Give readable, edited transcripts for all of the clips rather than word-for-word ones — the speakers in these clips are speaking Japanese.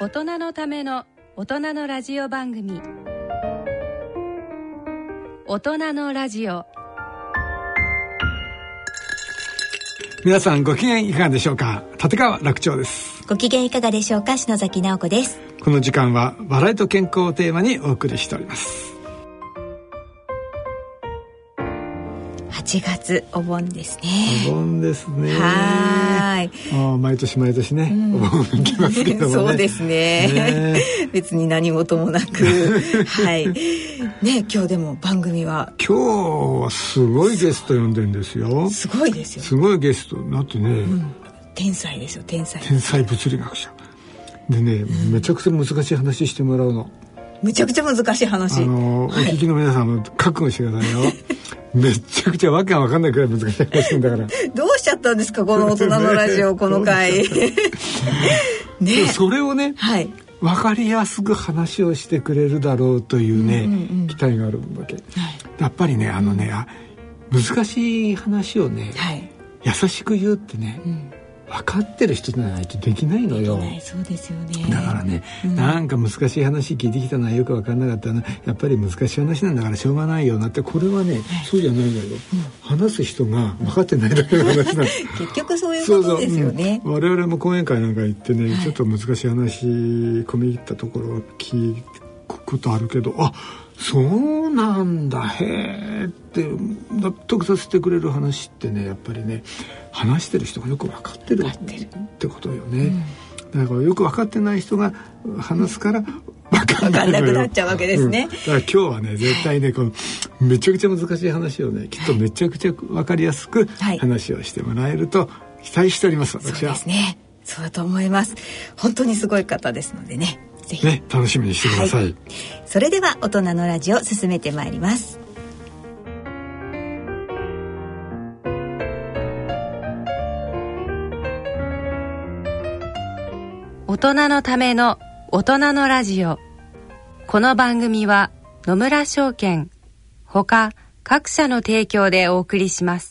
大人のための大人のラジオ番組、大人のラジオ。 皆さんご機嫌いかがでしょうか。立川楽長です。 ご機嫌いかがでしょうか。篠崎直子です。 この時間は笑いと健康をテーマにお送りしております。 8月お盆ですね。 お盆ですね。 はい。 毎年毎年ね、お盆行きますけどもね。 そうですね。別に何事もなくはいね。今日でも番組は今日はすごいゲスト呼んでるんですよ。 すごいですよ。 すごいゲストだってね、 天才ですよ。天才物理学者でね、めちゃくちゃ難しい話してもらうの。 むちゃくちゃ難しい話。 お聞きの皆さんも覚悟してくださいよ。めちゃくちゃわけが分かんないくらい難しい話だから。 どうしちゃったんですかこの大人のラジオ、この回ね。それをね、 はい、 分かりやすく話をしてくれるだろうというね、期待があるわけ、はい、やっぱりね難しい話をね、はい、優しく言うってね、分かってる人じゃないとできないのよ。 そうですよね。 だからね、なんか難しい話聞いてきたのはよく分かんなかったな、やっぱり難しい話なんだからしょうがないよなって。これはね、そうじゃないのよ、話す人が分かってないだけの話なん結局そういうことですよね。 我々も講演会なんか行ってね、ちょっと難しい話込み入ったところを聞くことあるけど、そうなんだ、へーって納得させてくれる話ってね、やっぱりね、話してる人がよく分かってるってことよね、だからよく分かってない人が話すから分かんなくなっちゃうわけですね、だから今日はね、絶対ね、このめちゃくちゃ難しい話をね、きっとめちゃくちゃ分かりやすく話をしてもらえると期待しております、私は。 そうですね、そうだと思います。本当にすごい方ですのでね、ぜひ、 楽しみにしてください、 それでは大人のラジオ進めてまいります。 大人のための大人のラジオ。この番組は野村証券ほか各社の提供でお送りします。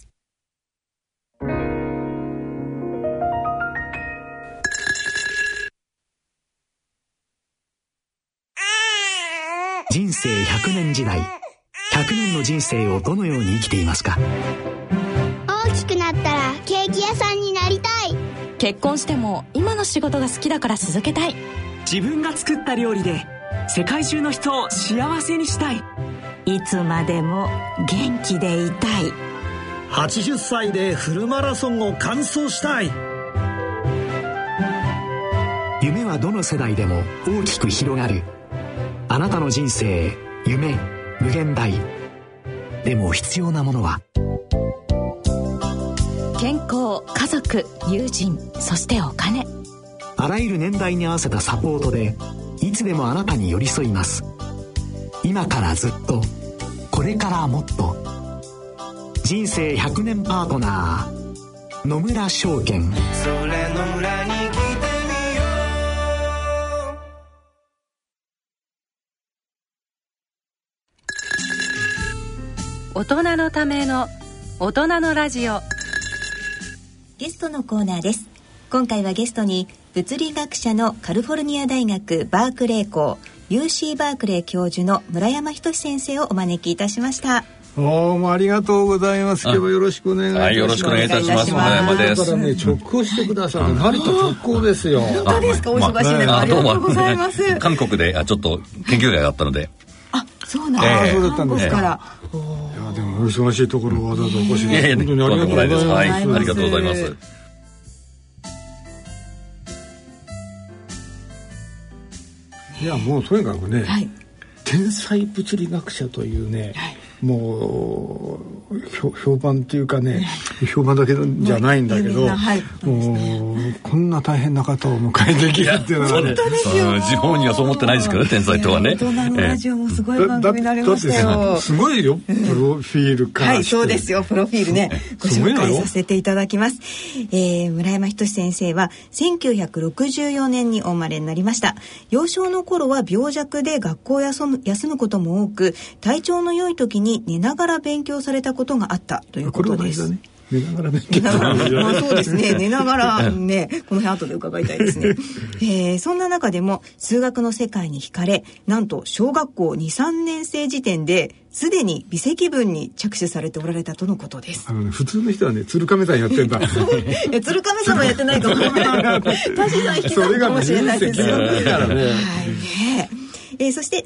人生100年時代、100年の人生をどのように生きていますか。 大きくなったらケーキ屋さんになりたい。 結婚しても今の仕事が好きだから続けたい。 自分が作った料理で世界中の人を幸せにしたい。 いつまでも元気でいたい。 80歳でフルマラソンを完走したい。 夢はどの世代でも大きく広がる。あなたの人生、夢、無限大。でも必要なものは健康、家族、友人、そしてお金。 あらゆる年代に合わせたサポートでいつでもあなたに寄り添います。今からずっと、これからもっと。人生100年パートナー、野村証券。それ野村に来てみよう。大人のための大人のラジオ。 ゲストのコーナーです。今回はゲストに物理学者のカリフォルニア大学バークレー校 UC バークレー教授の村山仁先生をお招きいたしました。 もうありがとうございます。今日もよろしくお願いいたします。 よろしくお願いいたします。村山です。 だからね、直行してください。成田直行ですよ。 本当ですか。お忙しい中、ありがとうございます。 韓国でちょっと研究会があったので。 そうなんです。 そうだったんですか。いやでもお忙しいところをわざわざお越しで本当にありがとうございます。 ありがとうございます。 いやもうとにかくね、天才物理学者というね、もう評判っていうかね、評判だけじゃないんだけど、もうこんな大変な方を迎えできるっていうのはね、 地方にはそう思ってないですけどね、天才とはね。 大人のラジオもすごい番組になりましたよ。 すごいよ、プロフィールからして。 そうですよ、プロフィールね、ご紹介させていただきます。村山仁先生は1964年にお生まれになりました。幼少の頃は病弱で学校を休むことも多く、体調の良い時に寝ながら勉強されたことがあったということです。 寝ながら勉強そうですね、寝ながらね、この辺後で伺いたいですね。そんな中でも数学の世界に惹かれ、なんと小学校 2,3 年生時点ですでに微積分に着手されておられたとのことです。 普通の人はね、鶴亀さんやってんだ。 鶴亀さんはやってないかもしれない。田代さん引き算かもしれないですよ。そして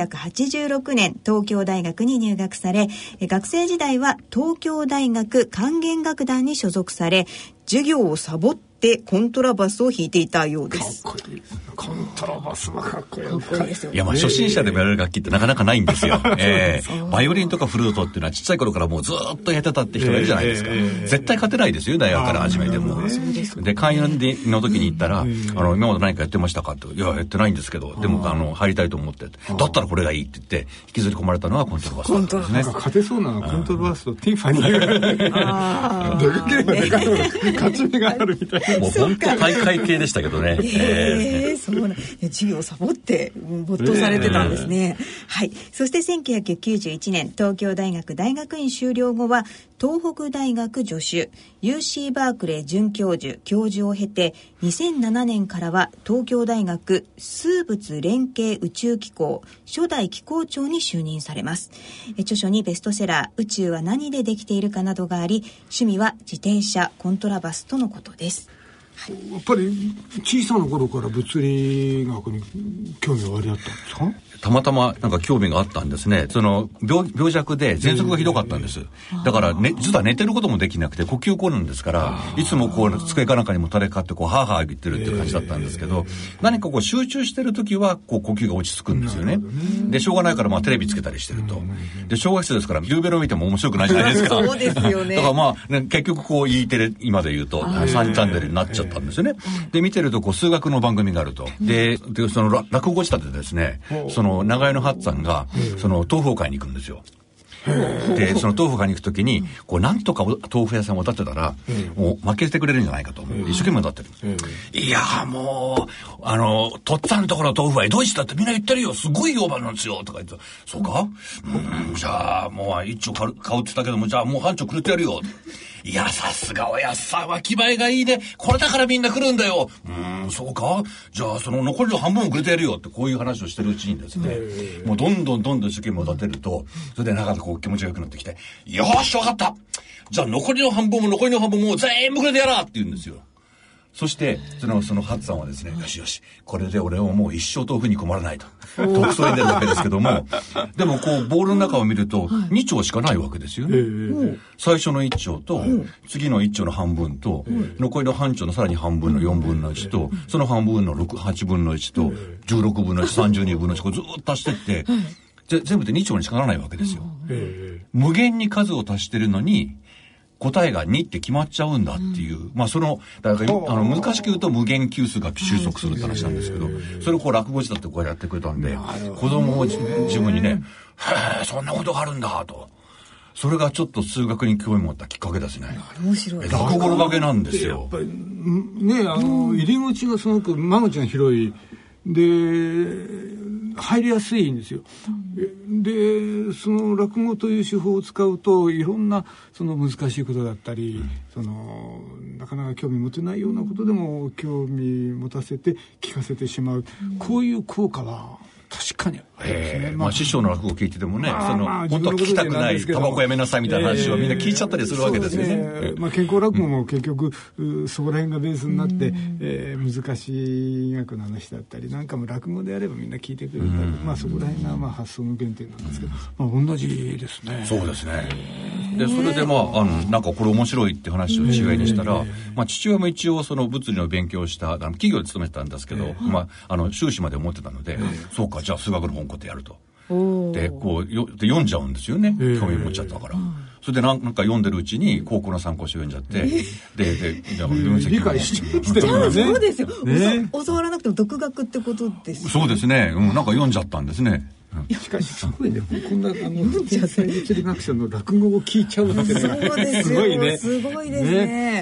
1986年東京大学に入学され、学生時代は東京大学管弦楽団に所属され、授業をサボってコントラバスを弾いていたようです。 かっこいい。コントラバスはかっこいい。 かっこいいですよ。 いや、まあ初心者でもやれる楽器ってなかなかないんですよ。バイオリンとかフルートっていうのはちっちゃい頃からもうずっとやってたって人がいるじゃないですか。絶対勝てないですよ、大学から始めても。で、会員の時に行ったら、今まで何かやってましたかって、いや、やってないんですけど、でも入りたいと思って、だったらこれがいいって言って引きずり込まれたのはコントラバスなんですね。 勝てそうなのはコントラバスとティファニー。どれだければね、勝ち目があるみたいな。 もう本当大会系でしたけどね。 そうな、授業をサボって没頭されてたんですね。はい。そして1991年東京大学大学院修了後は東北大学助手、UC バークレー准教授、教授を経て、2007年からは東京大学数物連携宇宙機構初代機構長に就任されます。著書にベストセラー宇宙は何でできているかなどがあり、趣味は自転車、コントラバスとのことです。 やっぱり小さな頃から物理学に興味がおありだったんですか？ たまたまなんか興味があったんですね。その病弱で喘息がひどかったんです。だからね、実は寝てることもできなくて呼吸困難ですから、いつもこう机かなんかにもたれかってこうハーハー言ってるっていう感じだったんですけど、何かこう集中してる時はこう呼吸が落ち着くんですよね。でしょうがないからまあテレビつけたりしてると。で小学生ですからユーベロ見ても面白くないじゃないですか。 そうですよね。 だからまあ、ね、結局こう E テレ今で言うと3チャンネルになっちゃったんですよね。で見てるとこう数学の番組があると。でその落語仕立てでですね、その長屋のハッツァンがその豆腐を買いに行くんですよ。でその豆腐を買いに行くときにこうなんとか豆腐屋さんを立ってたらもう負けてくれるんじゃないかと思って一生懸命立ってる。いやもうとっつぁんのところの豆腐は江戸一だってみんな言ってるよ、すごい評判なんですよとか言って、そうか、じゃあもう一丁買うって言ったけども、じゃあもう半丁くれてやるよ。いやさすがおやっさんは気前がいいね、これだからみんな来るんだよ。そうか、じゃあその残りの半分をくれてやるよってこういう話をしてるうちにですね、もうどんどん一生懸命立てると、それで中でこう気持ちが良くなってきて、よーしわかった、じゃあ残りの半分も全部くれてやらって言うんですよ。そしてそのハッツさんはですね、よしよしこれで俺をもう一生豆腐に困らないと特捜に出るわけですけども、でもこうボールの中を見ると2丁しかないわけですよね。最初の1丁と次の1丁の半分と残りの半丁のさらに半分の4分の1とその半分の8分の1と16分の1、32分の1、これずっと足してって全部で2丁にしかならないわけですよ。無限に数を足してるのに答えが2って決まっちゃうんだっていう、まあだから難しく言うと無限級数が収束するって話なんですけど、それをこう落語師だってこうやってくれたんで、子供も自分にね、へえそんなことがあるんだと、それがちょっと数学に興味持ったきっかけですね。 面白い。 落語のおかげなんですよ。 やっぱりね、入り口がすごく間口が広いで入りやすいんですよ。でその落語という手法を使うといろんなその難しいことだったり、なかなか興味持てないようなことでも興味持たせて聞かせてしまう、こういう効果は確かにありますね。 まあ師匠の落語を聞いててもね、本当は聞きたくないタバコやめなさいみたいな話をみんな聞いちゃったりするわけですよね。 健康落語も結局、そこら辺がベースになって、難しい医学の話だったりなんかも落語であればみんな聞いてくれたり、そこら辺が発想の原点なんですけど、同じですね。 そうですね。でそれでなんかこれ面白いって話を違いにしたら、父親も一応その物理の勉強をした企業に勤めてたんですけど、修士まで思ってたので、そうかじゃあ数学の本こうやってやると。でこう読んじゃうんですよね、興味持っちゃったから。それでなんか読んでるうちに高校の参考書読んじゃって、で理解してるんですね。そうですよ、教わらなくても独学ってことですよね。 そうですね、なんか読んじゃったんですね。 しかしすごいね、こんな天才物理学者の落語を聞いちゃうわけだから。 そうですよ、すごいですね。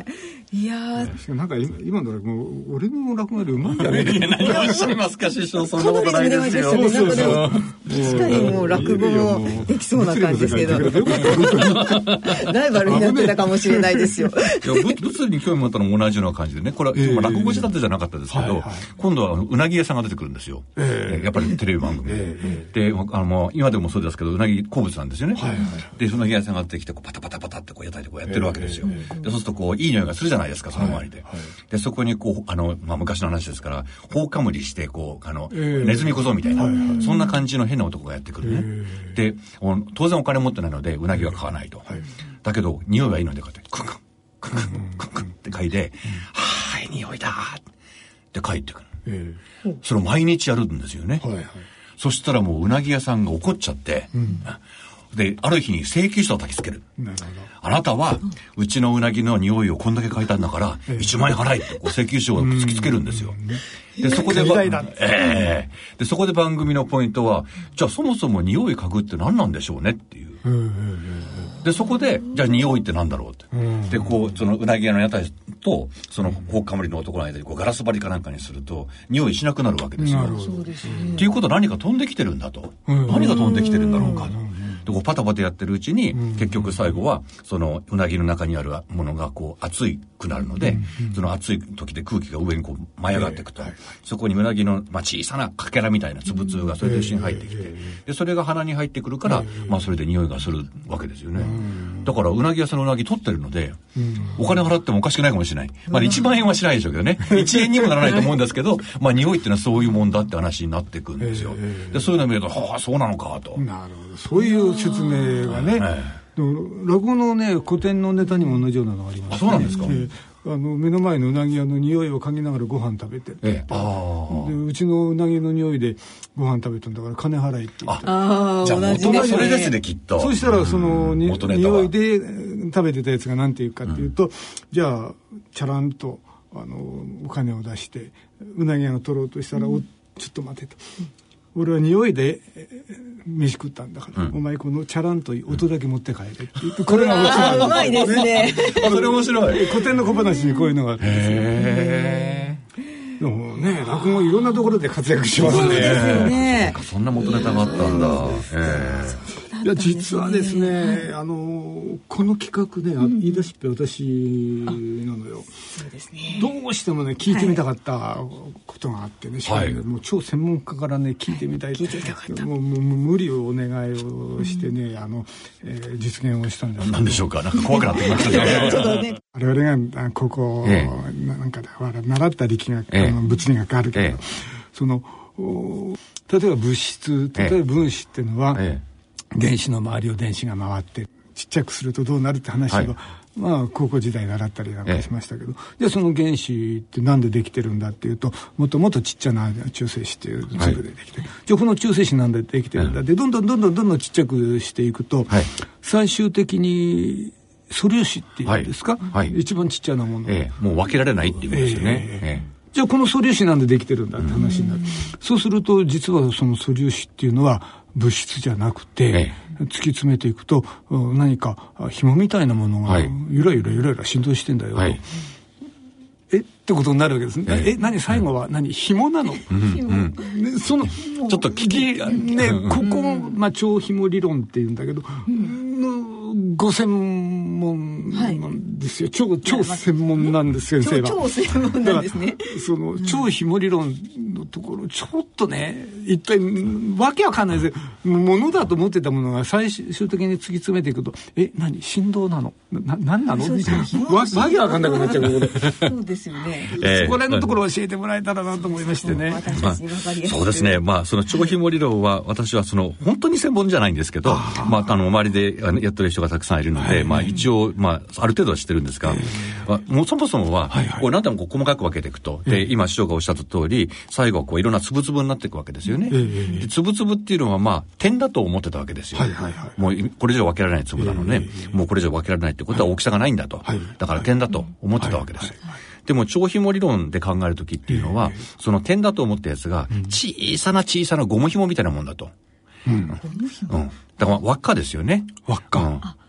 いやー、なんか今のもう俺の落語よりうまいんじゃないか。何をおっしゃいますか、師匠。そんなことないですよ。 確かにもう落語もできそうな感じですけど、ライバルになってたかもしれないですよ。 いや、物理に興味持ったのも同じような感じでね、これは、落語仕立てじゃなかったですけど、今度はうなぎ屋さんが出てくるんですよ。やっぱりテレビ番組で。今でもそうですけど、うなぎ好物なんですよね。で、うなぎ屋さんが出てきて、パタパタパタって屋台でこうやってるわけですよ。で、そうするとこう、いい匂いがするじゃないですか、その周りで。で、そこにこう、昔の話ですから、放火無理して、こう、ネズミ小僧みたいな、そんな感じの変な男がやってくるね。で、当然お金持ってないので、うなぎは買わないと。だけど、匂いはいいので、こうやって、クンクン、クンクン、クンクンって嗅いで、はい、匂いだって帰ってくる。それを毎日やるんですよね。そしたらもううなぎ屋さんが怒っちゃって、で、ある日に請求書を焚きつける。あなたは、うちのうなぎの匂いをこんだけ嗅いだんだから、1万円払いってこう請求書を突きつけるんですよ。で、そこで、で、そこで番組のポイントは、じゃあそもそも匂い嗅ぐって何なんでしょうねっていう。で、そこで、じゃあ匂いって何だろうって。で、こう、そのうなぎ屋の屋台と、その放火無理の男の間でこうガラス張りかなんかにすると、匂いしなくなるわけですよ。っていうことは何か飛んできてるんだと。何が飛んできてるんだろうかと。で、こうパタパタやってるうちに、結局最後は、そのうなぎの中にあるものがこう熱くなるので、その熱い時で空気が上にこう舞い上がっていくと。そこにうなぎの、小さなかけらみたいな粒々がそれと一緒に入ってきて、で、それが鼻に入ってくるから、それで匂いがするわけですよね。だから、うなぎ屋さんのうなぎ取ってるので、お金払ってもおかしくないかもしれない。1万円はしないでしょうけどね。1円にもならないと思うんですけど、匂いっていうのはそういうもんだって話になっていくんですよ。で、そういうのを見ると、はあ、そうなのかと。 なるほど。そういう説明がね。落語のね、古典のネタにも同じようなのがありますね。 そうなんですか。 目の前のうなぎ屋の匂いを嗅ぎながらご飯食べてで、うちのうなぎの匂いでご飯食べたんだから金払いって言って。 じゃあ元がそれですね、きっと。 そうしたらその匂いで食べてたやつが何て言うかっていうと、じゃあチャランとお金を出してうなぎ屋が取ろうとしたら、ちょっと待てと。俺は匂いで飯食ったんだから、お前このチャランと音だけ持って帰れって言って、これが面白い。 うまいですね。 それ面白い。 古典の小話にこういうのがあるんですよ。でもね、落語いろんなところで活躍しますね。 そうですよね。 そんな元ネタがあったんだ。 いや実はですね、この企画ね、言い出しっぺ私なのよ。 そうですね。 どうしてもね聞いてみたかったことがあってね、もう超専門家からね聞いてみたい。 聞いてみたかった。 もう無理をお願いをしてね、実現をしたんです。 何でしょうか。なんか怖くなってきましたね。 ちょっとね。 我々がここなんかで習った力学、物理学あるけど、その例えば物質、例えば分子っていうのは。原子の周りを電子が回ってちっちゃくするとどうなるって話を、高校時代習ったりなんかしましたけど、じゃあその原子ってなんでできてるんだっていうと、もっともっとちっちゃな中性子っていう粒でできてる、じゃあこの中性子なんでできてるんだで、どんどんちっちゃくしていくと、最終的に素粒子っていうんですか、一番ちっちゃなもの、 もう分けられないっていうことですよね。 じゃあこの素粒子なんでできてるんだって話になる。そうすると実はその素粒子っていうのは物質じゃなくて、突き詰めていくと何か紐みたいなものがゆらゆら振動してんだよと、ってことになるわけですね。何最後は紐なの、そのちょっと聞きね、ここ超紐理論っていうんだけど、ご専門なんですよ。超専門なんです、先生は。 超専門なんですね。 その超紐理論のところ、ちょっとね、一体わけわかんないですよ。ものだと思ってたものが最終的に突き詰めていくと、振動なの？何なの？わけわかんなくなっちゃうこれ。そうですよね。 そこら辺のところを教えてもらえたらなと思いましてね。 そうですね。その超紐理論は私は本当に専門じゃないんですけど、周りでやってる人がたくさんいるので、一応ある程度は知ってるんですが、もうそもそもは何でも細かく分けていくと、で今師匠がおっしゃった通り、最後はいろんな粒々になっていくわけですよね。で粒々っていうのは点だと思ってたわけですよ。もうこれ以上分けられない粒なので、もうこれ以上分けられないってことは大きさがないんだと、だから点だと思ってたわけです。でも超紐理論で考えるときっていうのは、その点だと思ったやつが小さなゴム紐みたいなもんだと。だから輪っかですよね。 輪っか。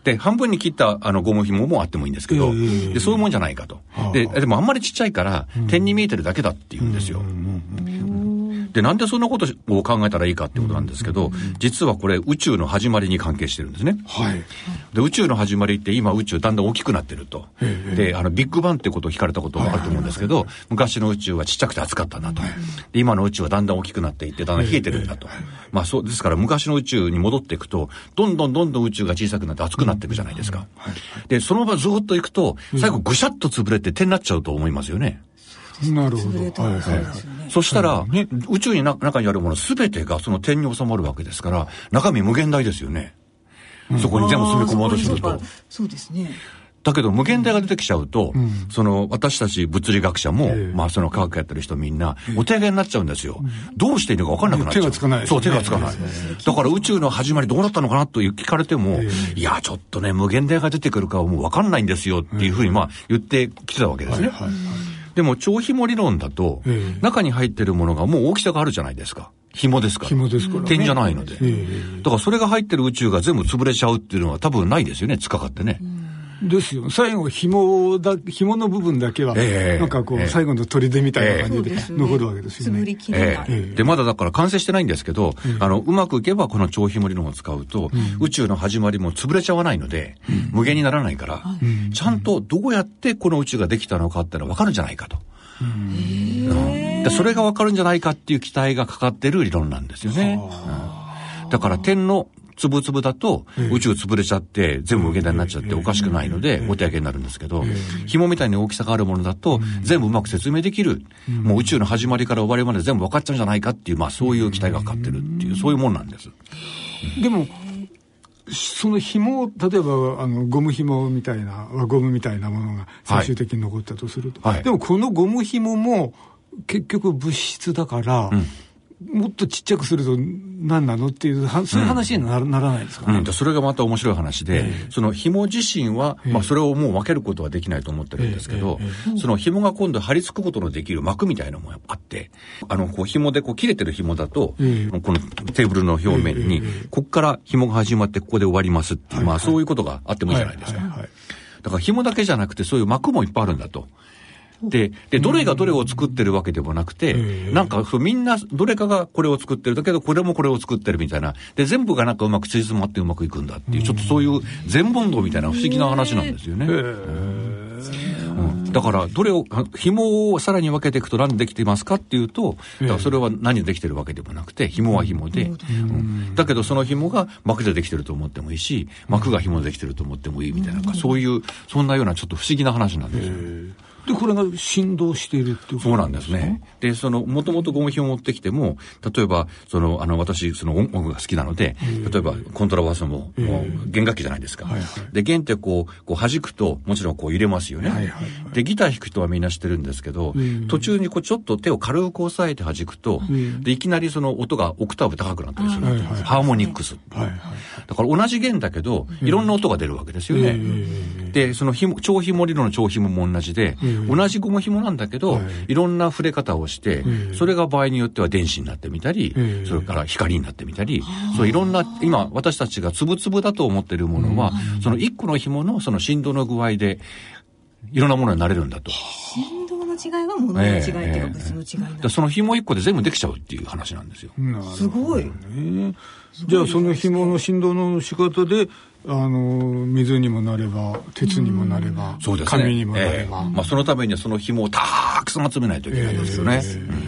で、半分に切ったゴム紐もあってもいいんですけど、でそういうもんじゃないかと。でもあんまりちっちゃいから、点に見えてるだけだって言うんですよ。で、なんでそんなことを考えたらいいかってことなんですけど、実はこれ宇宙の始まりに関係してるんですね。はい。で、宇宙の始まりって今宇宙だんだん大きくなってると。で、ビッグバンってことを聞かれたことがあると思うんですけど、昔の宇宙はちっちゃくて熱かったんだと。で、今の宇宙はだんだん大きくなっていってだんだん冷えてるんだと。まあそうですから昔の宇宙に戻っていくと、どんどん宇宙が小さくなって熱くなっていくじゃないですか。で、そのままずっと行くと、最後ぐしゃっと潰れて点になっちゃうと思いますよね。 なるほど。 そしたら、宇宙に中にあるものすべてがその点に収まるわけですから、中身無限大ですよね。そこに全部詰め込もうとすると。 そうですね。 だけど無限大が出てきちゃうと、その私たち物理学者も、まあその科学やってる人みんなお手上げになっちゃうんですよ。どうしていいのか分かんなくなっちゃう。 手がつかない。 そう、手がつかない。だから宇宙の始まりどうだったのかなと聞かれても、いや、ちょっとね、無限大が出てくるかはもう分かんないんですよっていうふうにまあ言ってきてたわけですね。でも超紐理論だと、中に入ってるものがもう大きさがあるじゃないですか。紐ですから。 紐ですから、ね。 点じゃないので。だからそれが入ってる宇宙が全部潰れちゃうっていうのは多分ないですよね、つかかってね。 ですよ。最後紐の部分だけは、なんかこう、最後の砦みたいな感じで残るわけですよね。 潰りきれない。 で、まだだから完成してないんですけど、うまくいけばこの超紐理論を使うと、宇宙の始まりも潰れちゃわないので、無限にならないから、ちゃんとどうやってこの宇宙ができたのかってのは分かるんじゃないかと。でそれが分かるんじゃないかっていう期待がかかってる理論なんですよね。だから点のつぶつぶだと宇宙潰れちゃって全部無限大になっちゃっておかしくないのでお手上げになるんですけど、紐みたいに大きさがあるものだと全部うまく説明できる、もう宇宙の始まりから終わりまで全部分かっちゃうんじゃないかっていう、まあそういう期待がかかってるっていう、そういうもんなんです。 でもその紐、例えばゴム紐みたいな輪ゴムみたいなものが最終的に残ったとすると、でもこのゴム紐も結局物質だから、もっとちっちゃくすると何なのっていう、そういう話にならないですかね。 それがまた面白い話で、その紐自身は、まあそれをもう分けることはできないと思ってるんですけど、その紐が今度貼り付くことのできる膜みたいなのもあって、こう紐でこう切れてる紐だと、このテーブルの表面に、ここから紐が始まってここで終わりますっていう、まあそういうことがあってもいいじゃないですか。だから紐だけじゃなくてそういう膜もいっぱいあるんだと。で、どれがどれを作ってるわけでもなくて、なんかみんなどれかがこれを作ってるだけど、これもこれを作ってるみたいな。で、全部がなんかうまくつじつまってうまくいくんだっていう、ちょっとそういう全問答みたいな不思議な話なんですよね。だからどれを紐をさらに分けていくと何でできていますかっていうと、だからそれは何でできてるわけでもなくて、紐は紐で、だけどその紐が膜でできてると思ってもいいし、膜が紐でできてると思ってもいいみたいな、そういうそんなようなちょっと不思議な話なんですよ。 で、これが振動しているっていうことなんですか？ そうなんですね。で、もともとゴム紐を持ってきても、例えば、私、音楽が好きなので、例えば、コントラバスも弦楽器じゃないですか。で、弦ってこう弾くと、もちろんこう入れますよね。で、ギター弾く人はみんな知ってるんですけど、途中にこうちょっと手を軽く押さえて弾くと、で、いきなりその音がオクターブ高くなったりする。ハーモニックス。だから同じ弦だけど、いろんな音が出るわけですよね。で、その超紐理論の超紐も同じで、同じゴム紐なんだけど、いろんな触れ方をして、それが場合によっては電子になってみたり、それから光になってみたり、そういろんな、今私たちがつぶつぶだと思っているものは、その一個の紐のその振動の具合で、いろんなものになれるんだと。 振動の違いは物の違いっていうか物の違いなんだ。 その紐一個で全部できちゃうっていう話なんですよ。 すごい。 じゃあその紐の振動の仕方で、水にもなれば鉄にもなれば、紙にもなれば、 まあそのためにはその紐をたくさん集めないといけないんですよね。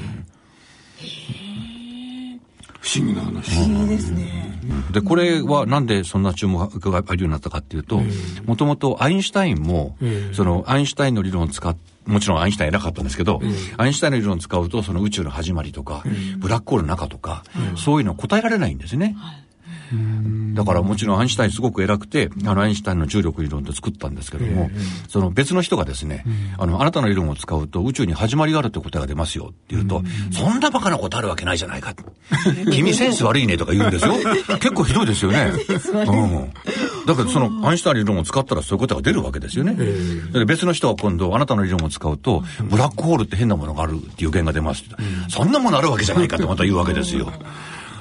不思議な話。 不思議ですね。 で、これはなんでそんな注目があるようになったかっていうと、もともとアインシュタインも、そのアインシュタインの理論を使って、もちろんアインシュタイン偉かったんですけど、アインシュタインの理論を使うと、その宇宙の始まりとか、ブラックホールの中とか、そういうの答えられないんですね。だからもちろんアインシュタインすごく偉くて、アインシュタインの重力理論って作ったんですけども、その別の人がですね、あなたの理論を使うと宇宙に始まりがあるって答えが出ますよって言うと、そんなバカなことあるわけないじゃないか。君センス悪いねとか言うんですよ。結構ひどいですよね。だけどそのアインシュタインの理論を使ったらそういうことが出るわけですよね。で別の人は今度あなたの理論を使うと、ブラックホールって変なものがあるっていう予言が出ます。そんなものあるわけじゃないかってまた言うわけですよ。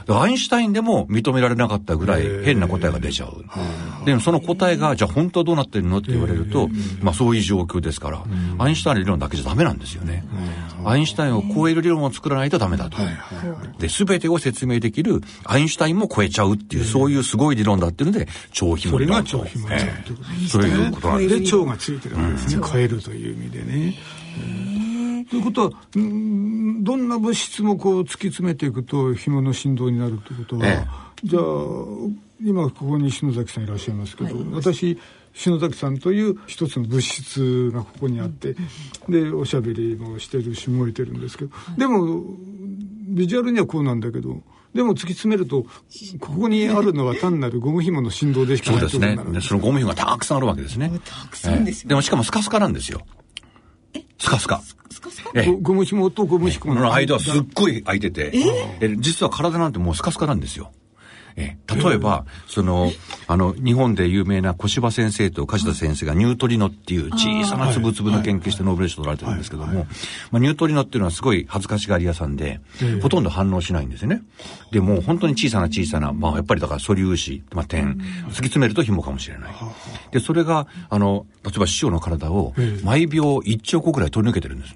アインシュタインでも認められなかったぐらい変な答えが出ちゃう。でもその答えがじゃあ本当はどうなってるのって言われると、そういう状況ですから、アインシュタインの理論だけじゃダメなんですよね。アインシュタインを超える理論を作らないとダメだと。で、全てを説明できるアインシュタインも超えちゃうっていう、そういうすごい理論だっていうので、超秘門論と。それが超秘門論ということですね。そういうことなんです。 で、超がついてるわけですね。超えるという意味でね。ということは、どんな物質もこう突き詰めていくと紐の振動になるということは、じゃあ今ここに篠崎さんいらっしゃいますけど、私篠崎さんという一つの物質がここにあって、でおしゃべりもしてるし燃えてるんですけど、でもビジュアルにはこうなんだけど、でも突き詰めるとここにあるのは単なるゴム紐の振動でしかないということになる。 そうですね。そのゴム紐がたくさんあるわけですね。 たくさんですよ。 でもしかもスカスカなんですよ。スカスカ。 ゴム紐とゴム紐の間はすっごい空いてて、実は体なんてもうスカスカなんですよ。例えば、日本で有名な小柴先生と梶田先生がニュートリノっていう小さな粒々の研究してノーベル賞取られてるんですけども、ニュートリノっていうのはすごい恥ずかしがり屋さんで、ほとんど反応しないんですよね。で、もう本当に小さな、やっぱりだから素粒子、点、突き詰めると紐かもしれない。で、それが、例えば師匠の体を毎秒1兆個ぐらい取り抜けてるんです。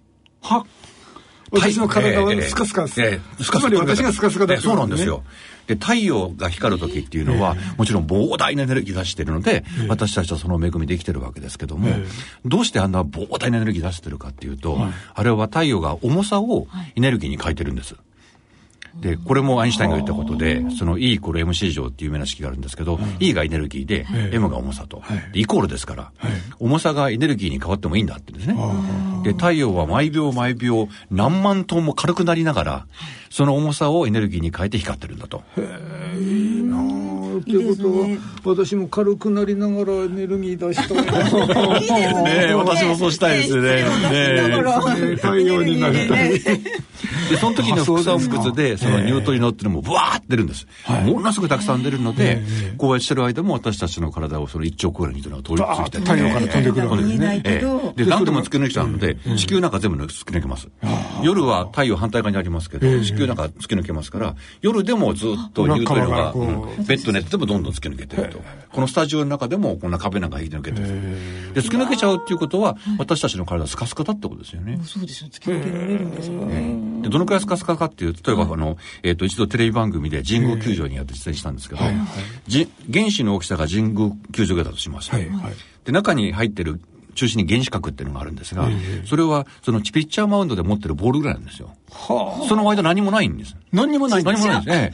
私の体はスカスカ。つまり私がスカスカだった、 そうなんですよ。で、太陽が光る時っていうのは、もちろん膨大なエネルギー出してるので、私たちはその恵みで生きてるわけですけども、どうしてあんな膨大なエネルギー出してるかっていうと、あれは太陽が重さをエネルギーに変えてるんです。で、これもアインシュタインが言ったことで、E イコール MC 乗っていう有名な式があるんですけど、E がエネルギーで、M が重さと。イコールですから、重さがエネルギーに変わってもいいんだってですね。で、太陽は毎秒毎秒何万トンも軽くなりながら、その重さをエネルギーに変えて光ってるんだと。 いいなぁ。ということは、私も軽くなりながらエネルギー出したいな。 私もそうしたいですね。 太陽になりたい。 で、その時の副産物で、そのニュートリノっていうのもブワーって出るんです。ものすごくたくさん出るので、こうやってる間も私たちの体をその1兆個ぐらいにというのが通り過ぎて太陽から飛んでくるわけですね。 で、何でも突き抜けちゃうので、地球なんか全部突き抜けます。夜は太陽反対側にありますけど、地球なんか突き抜けますから、夜でもずっとニュートリノが、ベッドネットでもどんどん突き抜けてると。このスタジオの中でもこんな壁なんか引き抜けてる。で、突き抜けちゃうっていうことは、私たちの体はスカスカだってことですよね。 そうですよ。突き抜けられるんですよね。 で、どのくらいスカスカかっていう、例えば一度テレビ番組で神宮球場にやって実践したんですけど、原子の大きさが神宮球場ぐらいだとします。で、中に入ってる中心に原子核っていうのがあるんですが、それはそのピッチャーマウンドで持ってるボールぐらいなんですよ。その間何もないんです。 何もないんです。 何もないんです。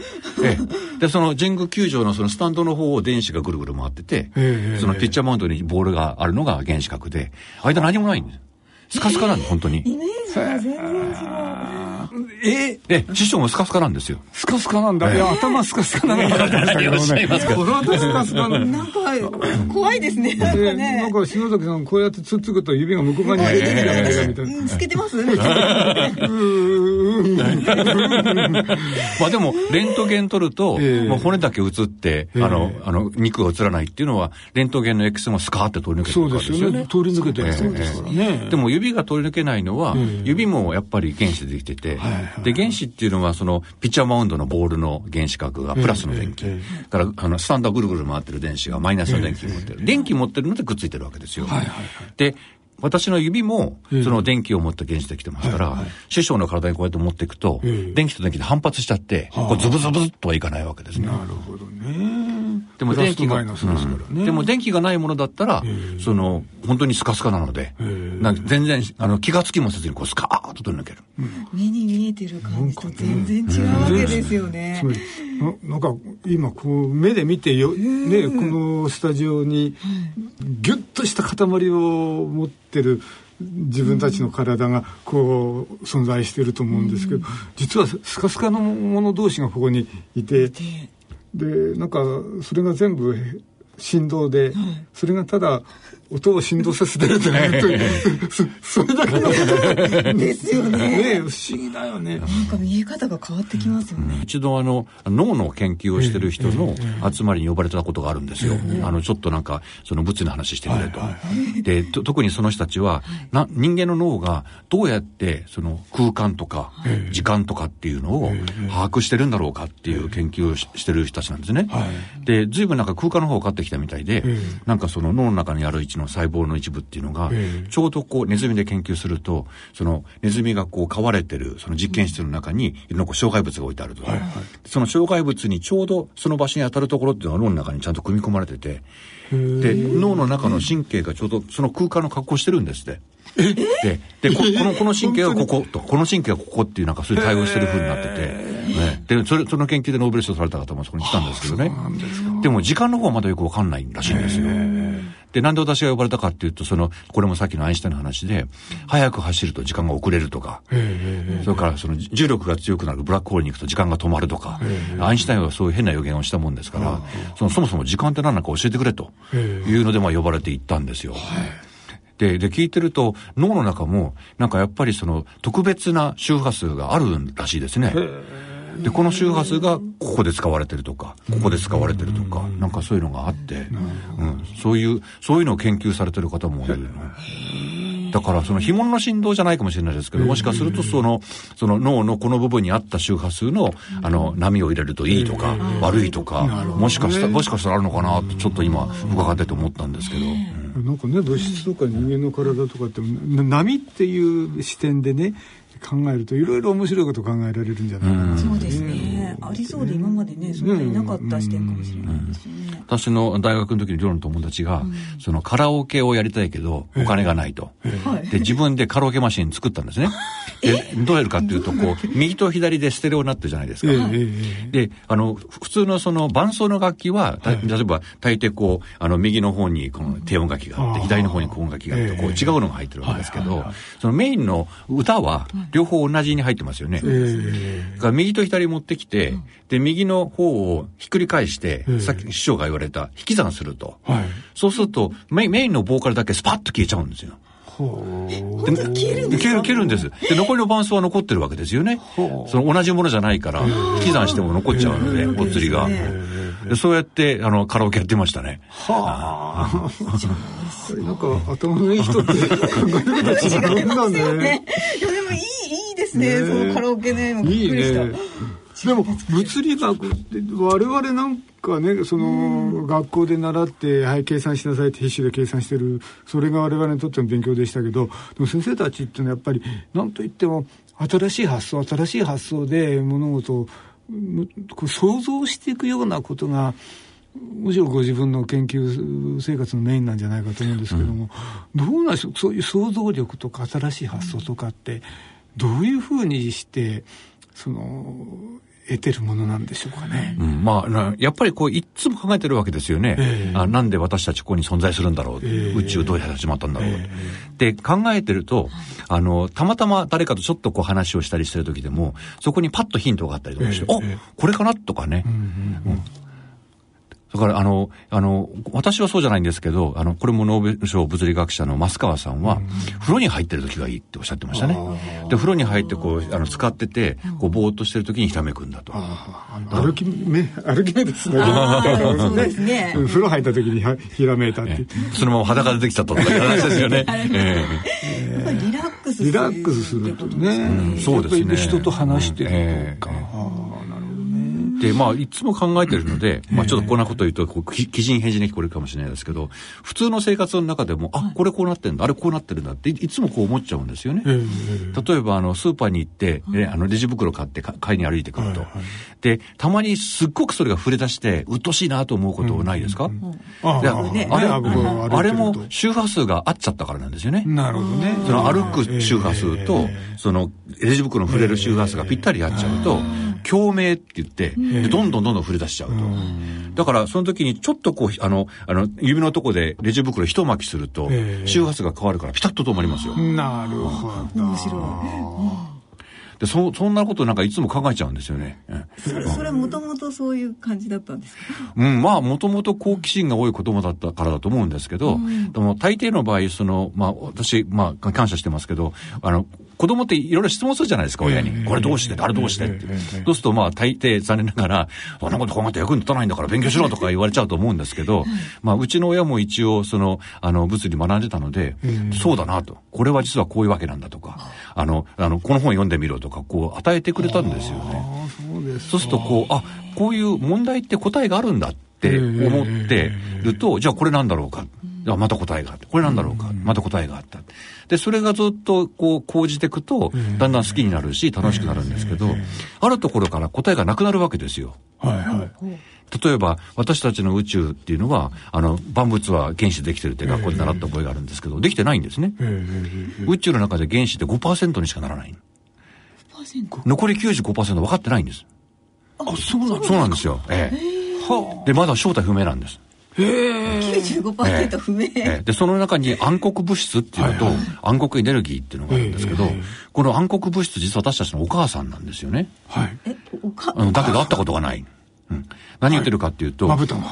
で、その神宮球場のそのスタンドの方を電子がぐるぐる回ってて、そのピッチャーマウンドにボールがあるのが原子核で、間何もないんです。スカスカなんです、本当に。 イメージが全然違う。師匠もスカスカなんですよ。 スカスカなんだ。いや、頭スカスカなのかなってましたけどね。体スカスカなんか、怖いですね。 なんか、篠崎さん、こうやってつっつくと指が向こう側に出てきたみたいな。 透けてますまあでも、レントゲン撮ると、骨だけ映って、肉が映らないっていうのは、レントゲンの X もスカーって通り抜けてるからですよね。 そうですよね。通り抜けてるそうですからね。 でも指が通り抜けないのは、指もやっぱり原子でできてて、で、原子っていうのはそのピッチャーマウンドのボールの原子核がプラスの電気。だからスタンドぐるぐる回ってる電子がマイナスの電気を持ってる。電気持ってるのでくっついてるわけですよ。で、私の指もその電気を持った原子できてますから、師匠の体にこうやって持っていくと、電気と電気で反発しちゃって、こうズブズブズとはいかないわけですね。 なるほどね。 でも電気が、でも電気がないものだったら、本当にスカスカなので、全然気がつきもせずにこうスカーッと取り抜ける。 目に見えてる感じと全然違うわけですよね。 なんか今こう目で見てね、このスタジオにギュッとした塊を持ってる自分たちの体がこう存在していると思うんですけど、実はスカスカのもの同士がここにいて、でなんかそれが全部振動で、それがただ音を振動させてるってそれだけのことですよね。 不思議だよね。 なんか見え方が変わってきますよね。 一度脳の研究をしてる人の集まりに呼ばれたことがあるんですよ。ちょっとなんかその物理の話してくれと。で特にその人たちは人間の脳がどうやってその空間とか時間とかっていうのを把握してるんだろうかっていう研究をしてる人たちなんですね。で随分なんか空間の方を分かってきたみたいで、なんかその脳の中にある位置の細胞の一部っていうのがちょうどこうネズミで研究すると、そのネズミがこう飼われてるその実験室の中にいろんなこう障害物が置いてあると、その障害物にちょうどその場所に当たるところっていうのは脳の中にちゃんと組み込まれてて、で脳の中の神経がちょうどその空間の格好してるんですって。でこの神経はこことこの神経はここっていうなんかそういう対応してる風になってて、でその研究でノーベル賞された方もそこに来たんですけどね。でも時間の方はまだよくわかんないらしいんですよ。でなんで私が呼ばれたかっていうと、これもさっきのアインシュタインの話で、早く走ると時間が遅れるとか、それからその重力が強くなるブラックホールに行くと時間が止まるとか、アインシュタインはそういう変な予言をしたもんですから、そもそも時間って何なのか教えてくれというので呼ばれて行ったんですよ。で聞いてると脳の中もなんかやっぱりその特別な周波数があるらしいですね。でこの周波数がここで使われてるとかここで使われてるとか、なんかそういうのがあって、そういうのを研究されてる方もいるの。だからその紐の振動じゃないかもしれないですけど、もしかするとその脳のこの部分にあった周波数の波を入れるといいとか悪いとか、もしかしたらあるのかなってちょっと今伺ってて思ったんですけど、 なんかね、物質とか人間の体とかって波っていう視点でね考えるといろいろ面白いこと考えられるんじゃないかな。 そうですね。ありそうで今までねそんなになかった視点かもしれないですよね。 私の大学の時に寮の友達が、そのカラオケをやりたいけどお金がないと、で自分でカラオケマシン作ったんですね。でどうやるかっていうとこう右と左でステレオになってるじゃないですか。で普通のその伴奏の楽器は例えば大抵こう右の方にこの低音楽器があって左の方に高音楽器があってこう違うのが入ってるわけですけど、そのメインの歌は両方同じに入ってますよね。だから右と左持ってきて、で右の方をひっくり返して、さっき師匠が言われた引き算すると、そうするとメインのボーカルだけスパッと消えちゃうんですよ。消えるんです。で残りの伴奏は残ってるわけですよね。その同じものじゃないから引き算しても残っちゃうので、お釣りが。でそうやってカラオケやってましたね。 なんか頭のいい人って考え方違うんだね。 いやでもいいですね。そのカラオケね、びっくりした。 でも物理学って我々なんかね、その学校で習って計算しなさいって必死で計算してる、それが我々にとっての勉強でしたけど、でも先生たちっていうのはやっぱり何といっても新しい発想で物事を想像していくようなことがむしろご自分の研究生活のメインなんじゃないかと思うんですけども、どうなんでしょう、そういう想像力とか新しい発想とかってどういうふうにして得てるものなんでしょうかね。 やっぱりこういつも考えてるわけですよね。なんで私たちここに存在するんだろう、宇宙どうやって始まったんだろう、で考えてるとたまたま誰かとちょっとこう話をしたりしてる時でもそこにパッとヒントがあったりとかして、これかなとかね。だから私はそうじゃないんですけど、これもノーベル賞物理学者の増川さんは、風呂に入ってる時がいいっておっしゃってましたね。で風呂に入ってこう使っててこうぼーっとしてる時にひらめくんだと。 歩き目ですね。 そうですね。 風呂入った時にひらめいたって。 そのまま裸でできちゃったとかいう話ですよね。 やっぱりリラックスするとね。 そうですね。 人と話してるとか。 でいつも考えてるので、ちょっとこんなこと言うと奇人変人に聞こえるかもしれないですけど、普通の生活の中でもこれこうなってるんだ、あれこうなってるんだっていつもこう思っちゃうんですよね。例えばスーパーに行って、レジ袋買って買いに歩いてくると、でたまにすっごくそれが触れ出して鬱陶しいなと思うことないですか？あれも周波数が合っちゃったからなんですよね。 なるほどね。 その歩く周波数とそのレジ袋の触れる周波数がぴったり合っちゃうと共鳴って言ってどんどん触れ出しちゃうと。だからその時にちょっとこう指のとこでレジ袋一巻きすると周波数が変わるからピタッと止まりますよ。 なるほど。 面白い。 でそんなことなんかいつも考えちゃうんですよね。 それもともとそういう感じだったんですか？ まあもともと好奇心が多い子供だったからだと思うんですけど、でも大抵の場合私感謝してますけど、子供っていろいろ質問するじゃないですか、親に。これどうしてあれどうしてって。そうすると大抵残念ながら、そんなこと考えて役に立たないんだから勉強しろとか言われちゃうと思うんですけど、うちの親も一応物理学んでたので、そうだなと。これは実はこういうわけなんだとか、この本読んでみろとか、与えてくれたんですよね。そうするとこういう問題って答えがあるんだって思ってると、じゃあこれなんだろうか。また答えがあって、これなんだろうか、また答えがあった。で、それがずっと講じていくと、だんだん好きになるし、楽しくなるんですけど、あるところから答えがなくなるわけですよ。例えば、私たちの宇宙っていうのは、万物は原子でできてるって学校で習った覚えがあるんですけど、できてないんですね。宇宙の中で原子って 5% にしかならない。残り 95% 分かってないんです。そうなんですよ。で、まだ正体不明なんです。 95% 不明。 で、その中に暗黒物質っていうのと、暗黒エネルギーっていうのがあるんですけど、この暗黒物質実は私たちのお母さんなんですよね。だけど会ったことがない。何言ってるかっていうと、まぶたの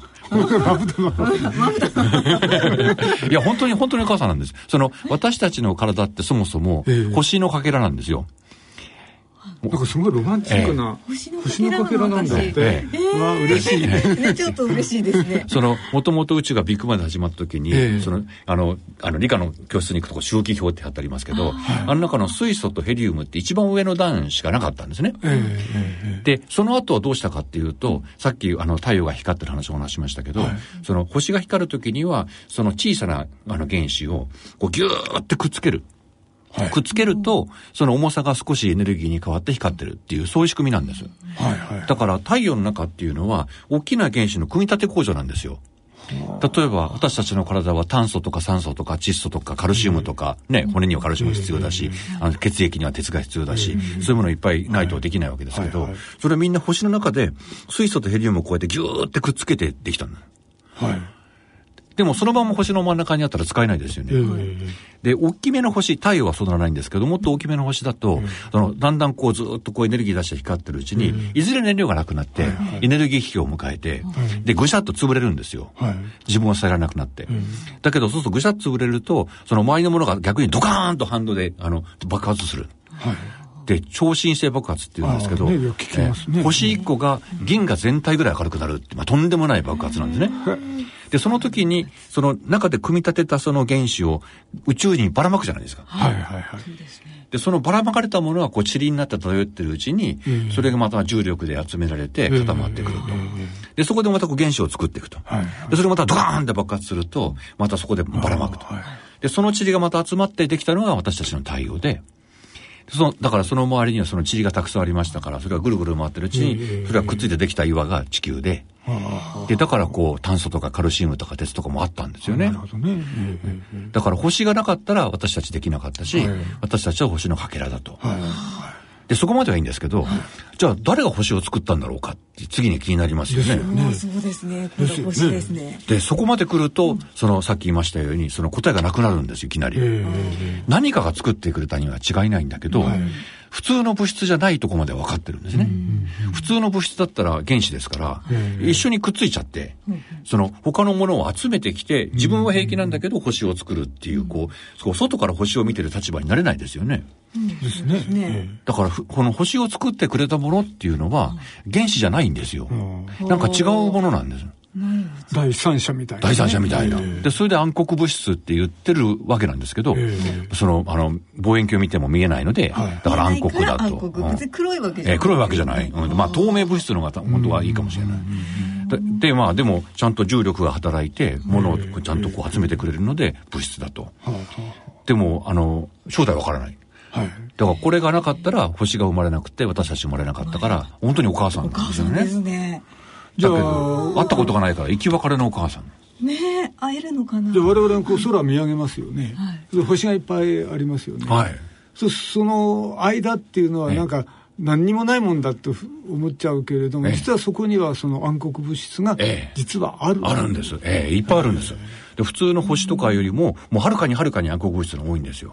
いや、本当にお母さんなんです。私たちの体ってそもそも星のかけらなんですよ。 なんかすごいロマンチックな星のかけらなんだって。嬉しいね。 ちょっと嬉しいですね。 もともと宇宙がビッグバンで始まった時に、理科の教室に行くと周期表って貼ってありますけど、あの中の水素とヘリウムって一番上の段しかなかったんですね。で、その後はどうしたかっていうと、さっき太陽が光ってる話をお話しましたけど、星が光る時には、小さな原子をギューってくっつける。くっつけると、その重さが少しエネルギーに変わって光ってるっていう、そういう仕組みなんです。だから太陽の中っていうのは、大きな原子の組み立て工場なんですよ。例えば、私たちの体は炭素とか酸素とか窒素とかカルシウムとか、骨にはカルシウム必要だし、血液には鉄が必要だし、そういうものいっぱいないとできないわけですけど、それはみんな星の中で、水素とヘリウムをこうやってギューってくっつけてできたんだ。でもそのまま星の真ん中にあったら使えないですよね。で、大きめの星、太陽はそうならないんですけど、もっと大きめの星だと、だんだんずっとエネルギー出して光ってるうちに、いずれ燃料がなくなって、エネルギー危機を迎えて、で、ぐしゃっと潰れるんですよ。自分は伝えられなくなって。だけど、そうするとぐしゃっと潰れると、その周りのものが逆にドカーンと反動で、爆発する。で、超新星爆発っていうんですけど、星1個が銀河全体ぐらい明るくなるって、とんでもない爆発なんですね。で、その時に、その中で組み立てたその原子を宇宙にばらまくじゃないですか。で、そのばらまかれたものが塵になって漂ってるうちに、それがまた重力で集められて固まってくると。で、そこでまた原子を作っていくと。で、それがまたドカーンって爆発すると、またそこでばらまくと。で、その塵がまた集まってできたのが私たちの太陽で、だからその周りにはその塵がたくさんありましたから、それがぐるぐる回ってるうちに、それがくっついてできた岩が地球で、で、だから炭素とかカルシウムとか鉄とかもあったんですよね。だから星がなかったら私たちできなかったし、私たちは星のかけらだと。で、そこまではいいんですけど、じゃあ誰が星を作ったんだろうかって次に気になりますよね。 そうですね。これが星ですね。 で、そこまで来ると、さっき言いましたように、その答えがなくなるんですよ、いきなり。何かが作ってくれたには違いないんだけど、普通の物質じゃないところまで分かってるんですね。普通の物質だったら原子ですから、一緒にくっついちゃって、他のものを集めてきて、自分は平気なんだけど星を作るっていう、外から星を見てる立場になれないですよね。 ですね。 だから、この星を作ってくれたものっていうのは、原子じゃないんですよ。なんか違うものなんです。 第三者みたいな。 第三者みたいな。で、それで暗黒物質って言ってるわけなんですけど、望遠鏡見ても見えないので、だから暗黒だと。 別に黒いわけじゃない。 黒いわけじゃない。透明物質の方が本当はいいかもしれない。で、でも、ちゃんと重力が働いて、物をちゃんと集めてくれるので、物質だと。でも、正体わからない。だからこれがなかったら星が生まれなくて私たち生まれなかったから、本当にお母さんなんですよね。 お母さんですね。 だけど会ったことがないから生き別れのお母さん。 ねえ、会えるのかな。 で、我々は空見上げますよね。星がいっぱいありますよね。その間っていうのはなんか何にもないもんだって思っちゃうけれども、実はそこにはその暗黒物質が実はある。 あるんです。いっぱいあるんです。で、普通の星とかよりも、もうはるかに暗黒物質が多いんですよ。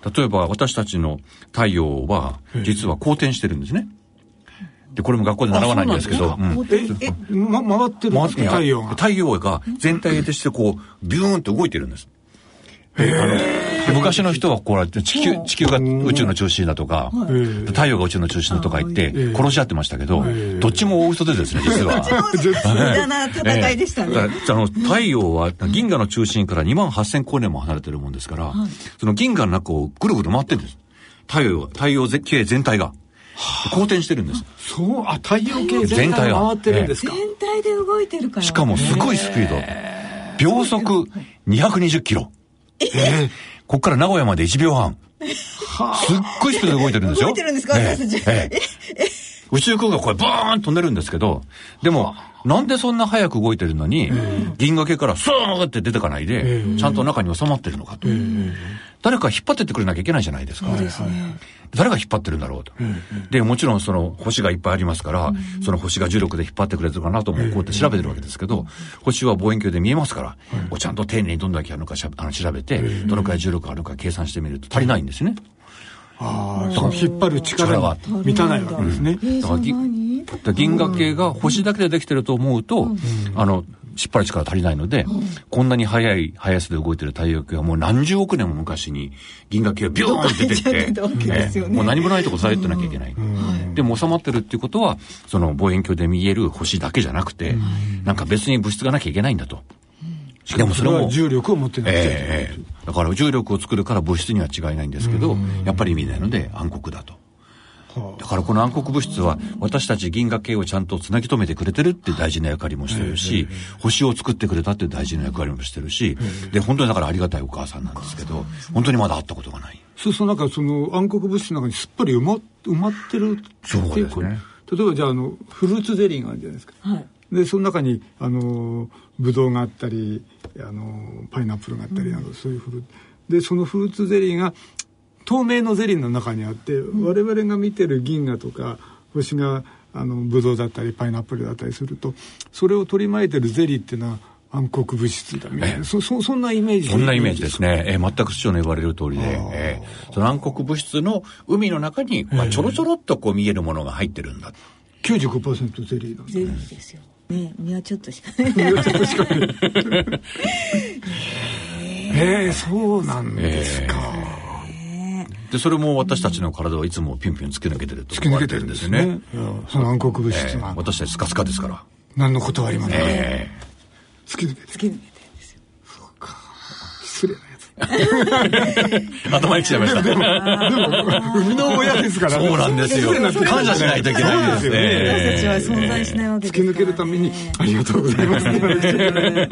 例えば私たちの太陽は実は公転してるんですね。でこれも学校で習わないんですけど、 回ってる太陽が。 太陽が全体としてこうビューンと動いてるんです。昔の人はこうやって地球が宇宙の中心だとか、太陽が宇宙の中心だとか言って殺し合ってましたけど、どっちも大嘘でですね、実は。 無駄な戦いでしたね。 太陽は銀河の中心から28,000光年も離れてるもんですから、その銀河の中をぐるぐる回ってるんです。太陽系全体が。公転してるんです。 そう、太陽系全体が回ってるんですか。 全体で動いてるから。 しかもすごいスピード。秒速220キロ。こっから名古屋まで1秒半。すっごいスピードで動いてるんですよ。 動いてるんですか、私たち。 宇宙空間これバーン飛んでるんですけど、でも、なんでそんな早く動いてるのに、銀河系からスーッって出てかないで、ちゃんと中に収まってるのかと。誰か引っ張ってってくれなきゃいけないじゃないですか。誰が引っ張ってるんだろうと。で、もちろんその星がいっぱいありますから、その星が重力で引っ張ってくれてるかなともこうやって調べてるわけですけど、星は望遠鏡で見えますから、ちゃんと丁寧にどんだけあるのか調べて、どのくらい重力があるのか計算してみると足りないんですね。 引っ張る力が満たないわけですね。 だから銀河系が星だけでできてると思うと、引っ張る力足りないので、こんなに速い速さで動いてる太陽系はもう何十億年も昔に銀河系がビューンって出てきて、もう何もないとこずっとなきゃいけない。でも収まってるっていうことは、その望遠鏡で見える星だけじゃなくて、なんか別に物質がなきゃいけないんだと。でもそれも重力を持ってなくて、 だから重力を作るから物質には違いないんですけど、やっぱり意味ないので暗黒だと。だからこの暗黒物質は私たち銀河系をちゃんとつなぎ止めてくれてるって大事な役割もしてるし、星を作ってくれたって大事な役割もしてるし、で本当にだからありがたいお母さんなんですけど、本当にまだ会ったことがない。 そうするとなんかその暗黒物質の中にすっぱり埋まってるってそうですね。 例えばじゃあフルーツゼリーがあるじゃないですか。でその中にブドウがあったりパイナップルがあったりそういうでそのフルーツゼリーが透明のゼリーの中にあって、我々が見てる銀河とか星がブドウだったりパイナップルだったりすると、それを取り巻いてるゼリーっていうのは暗黒物質だみたいな、そんなイメージ。 そんなイメージですね。全く師匠の言われる通りで、その暗黒物質の海の中に、ちょろちょろっとこう見えるものが入ってるんだ。 95% ゼリーなんだ。 ゼリーですよ。ね、身はちょっとしかない。 そうなんですか。 でそれも私たちの体はいつもピュンピュン突き抜けてると思われてるんですよね。 その暗黒物質が、 私たちスカスカですから。 何のことはありません。突き抜けてるんですよ。 そうか。失礼なやつ。 頭にきちゃいました。でも生みの親ですからね。そうなんですよ。感謝しないといけないですね。 私たちは存在しないわけですから。 突き抜けるためにありがとうございます。面白い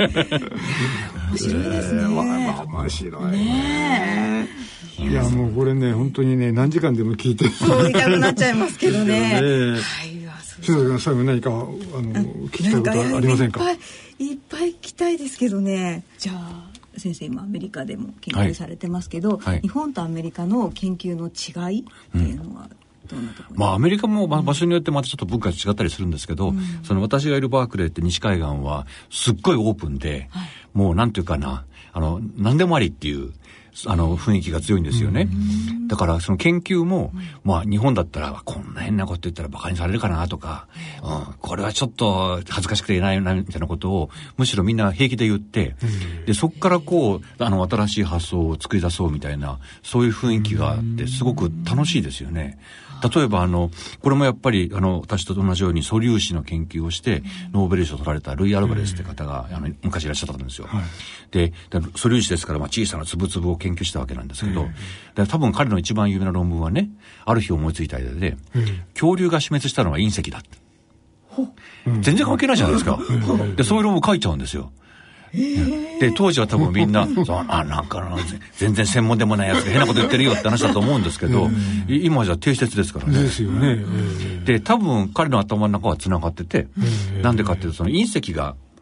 ですね。 面白いね。いやもうこれね本当にね何時間でも聞いてそう言いたくなっちゃいますけどね。 篠田さん最後何か聞きたいことはありませんか。 いっぱい聞きたいですけどね。じゃあ先生今アメリカでも研究されてますけど、日本とアメリカの研究の違いっていうのはどんなところですか。 アメリカも場所によってまたちょっと文化が違ったりするんですけど、その私がいるバークレーって西海岸はすっごいオープンで、もうなんていうかな何でもありっていう雰囲気が強いんですよね。だからその研究も、日本だったらこんな変なこと言ったらバカにされるかなとか、これはちょっと恥ずかしくて言えないなみたいなことをむしろみんな平気で言って、でそこからこう新しい発想を作り出そうみたいなそういう雰囲気があってすごく楽しいですよね。例えばこれもやっぱり私と同じように素粒子の研究をしてノーベル賞を取られたルイ・アルバレスって方が昔いらっしゃったんですよ。で素粒子ですから小さな粒々を研究したわけなんですけど、多分彼の一番有名な論文はね、ある日思いついた間で、恐竜が死滅したのは隕石だって、全然関係ないじゃないですか。でそういう論文書いちゃうんですよ。で当時は多分みんななんか全然専門でもないやつが変なこと言ってるよって話だと思うんですけど、今じゃ定説ですからね。 ですよね。 で多分彼の頭の中はつながってて、なんでかっていうとその隕石が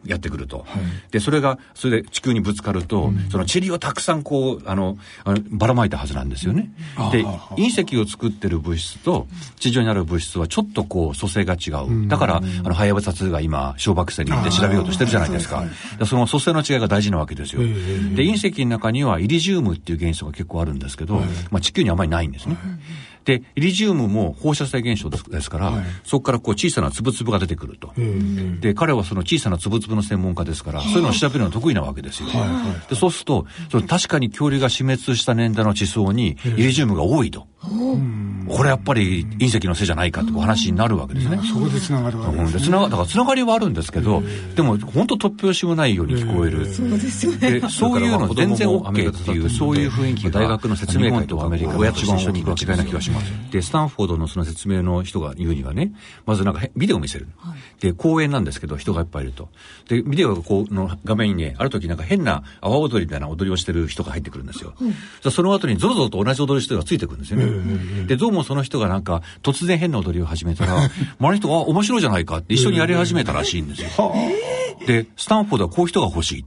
やってくると、でそれで地球にぶつかると、その塵をたくさんこうばらまいたはずなんですよね。で隕石を作ってる物質と地上にある物質はちょっとこう組成が違う、だからはやぶさ2が今小惑星に行って調べようとしてるじゃないですか。その組成の違いが大事なわけですよ。で隕石の中にはイリジウムっていう元素が結構あるんですけど、地球にあまりないんですね。でイリジウムも放射性現象ですから、そこからこう小さな粒々が出てくると。で彼はその小さな粒々の専門家ですから、そういうのを調べるのが得意なわけですよ。でそうすると確かに恐竜が死滅した年代の地層にイリジウムが多いと、これやっぱり隕石のせいじゃないかってお話になるわけですね。 そこでつながるわけですね。 だからつながりはあるんですけど、でも本当突拍子もないように聞こえる。 そうですよね。 でそういうの全然 OK っていうそういう雰囲気が大学の説明会とアメリカが一番大きな違いな気がします。でスタンフォードのその説明の人が言うにはね、まずなんかビデオを見せる。で公園なんですけど人がいっぱいいると。でビデオがこうの画面にね、ある時なんか変な阿波踊りみたいな踊りをしてる人が入ってくるんですよ。その後にゾロゾロと同じ踊りしてる人がついてくるんですよね。でどうもその人がなんか突然変な踊りを始めたら周りの人が面白いじゃないかって一緒にやり始めたらしいんですよ。でスタンフォードはこういう人が欲しい。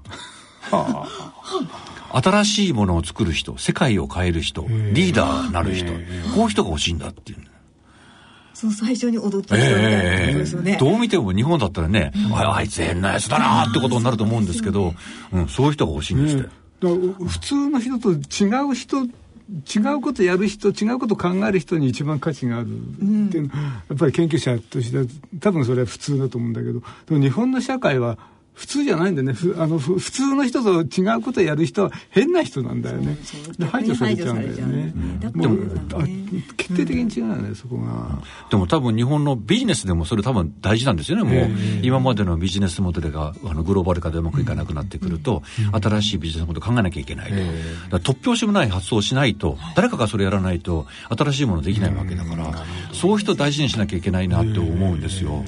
新しいものを作る人、世界を変える人、リーダーになる人、こういう人が欲しいんだっていう。 その最初に踊った人みたいなことですよね。 どう見ても日本だったらね、あいつ変なやつだなってことになると思うんですけど、そういう人が欲しいんですって。 普通の人と違うことやる人、違うこと考える人に一番価値があるっていうのは、やっぱり研究者として多分それは普通だと思うんだけど、でも日本の社会は普通じゃないんだよね。普通の人と違うことをやる人は変な人なんだよね。で排除されちゃうんだよね。でも決定的に違うよね、そこが。 でも多分日本のビジネスでもそれ多分大事なんですよね。もう今までのビジネスモデルがグローバル化でうまくいかなくなってくると、新しいビジネスモデル考えなきゃいけないと。だから突拍子もない発想をしないと、誰かがそれやらないと新しいものできないわけだから、そういう人大事にしなきゃいけないなって思うんですよ。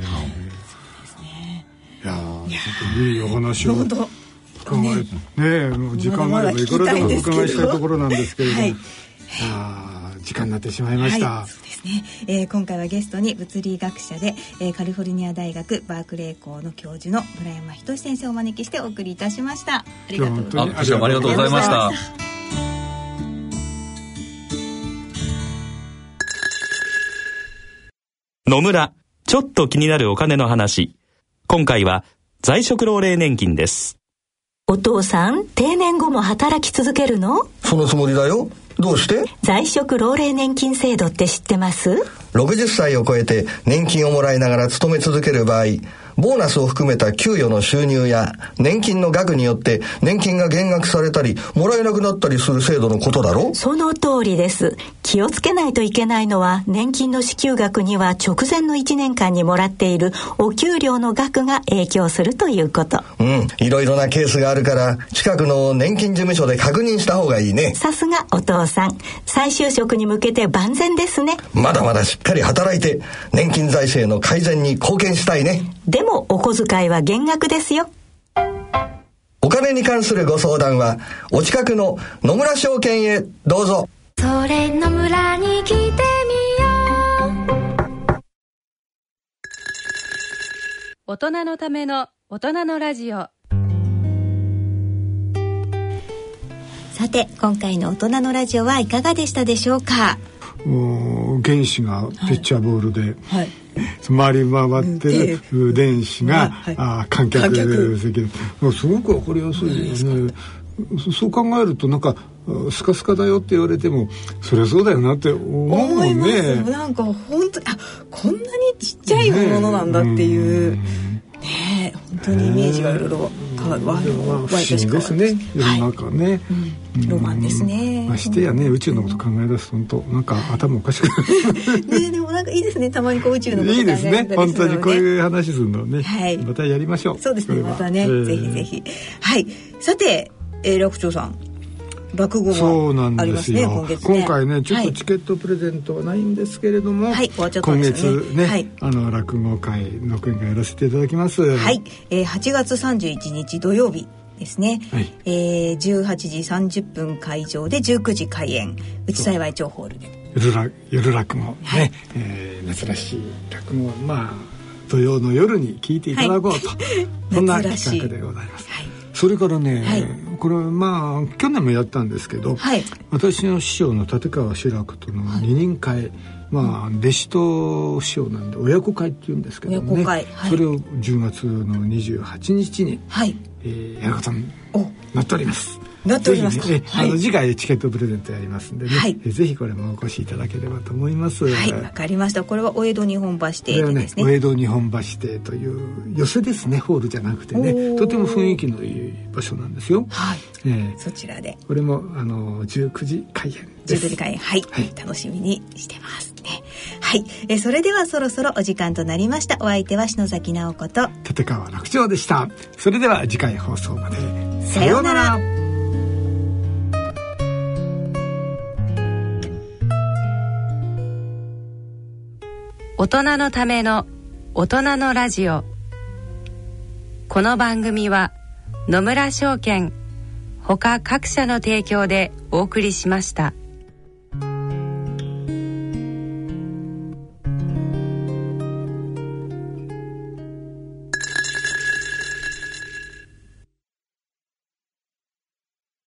いやいいお話を伺え時間があればいくらでもお伺いしたいところなんですけれども、時間になってしまいました。 そうですね。今回はゲストに物理学者で、カリフォルニア大学バークレー校の教授の村山仁先生をお招きしてお送りいたしました。ありがとうございました。 ありがとうございました。 野村、ちょっと気になるお金の話。今回は在職老齢年金です。 お父さん、定年後も働き続けるの？ そのつもりだよ。どうして？ 在職老齢年金制度って知ってます？ 60 歳を超えて年金をもらいながら勤め続ける場合、ボーナスを含めた給与の収入や年金の額によって年金が減額されたりもらえなくなったりする制度のことだろ？ その通りです。気をつけないといけないのは、年金の支給額には直前の1年間にもらっているお給料の額が影響するということ。 いろいろなケースがあるから近くの年金事務所で確認した方がいいね。 さすがお父さん、再就職に向けて万全ですね。 まだまだしっかり働いて年金財政の改善に貢献したいね。 でもお小遣いは減額ですよ。 お金に関するご相談はお近くの野村証券へどうぞ。 それ野村に来てみよう。 大人のための大人のラジオ。 さて今回の大人のラジオはいかがでしたでしょうか？ 原子がピッチャーボールで、回り回ってる電子が、観客席ですごくわかりやすいよね。そう考えるとなんかスカスカだよって言われてもそりゃそうだよなって思うもんね。 思います。なんか本当にこんなにちっちゃいものなんだっていう、本当にイメージがいろいろ変わる。不思議ですね、世の中ね。 ロマンですね。 ましてやね、宇宙のこと考え出すと本当なんか頭おかしくなる。 でもなんかいいですね、たまにこう宇宙のこと考えいいですね、本当にこういう話するのね、またやりましょう。 そうですね、またね、ぜひぜひ。さて、楽長さん、落語がありますね。今月ね。 今回ねちょっとチケットプレゼントはないんですけれども、今月ね、落語会の件がやらせていただきます。 8月31日土曜日ですね、18時30分会場で19時開演、内幸町ホールで夜落語ね、夏らしい落語、 土曜の夜に聞いていただこうと、そんな企画でございます。それからね、これは去年もやったんですけど、私の師匠の立川志らくとの二人会、弟子と師匠なんで親子会っていうんですけどもね、それを10月の28日に、やることになっております。ぜひね、次回チケットプレゼントやりますんでね、ぜひこれもお越しいただければと思います。 わかりました。これはお江戸日本橋邸ですね。 お江戸日本橋邸という寄せですね、ホールじゃなくてね、とても雰囲気のいい場所なんですよ。 そちらで。 これも19時開演です。 19時開演、楽しみにしてますね。それではそろそろお時間となりました。お相手は篠崎直子と立川楽長でした。それでは次回放送まで。さようなら。 大人のための大人のラジオ。この番組は野村証券ほか各社の提供でお送りしました。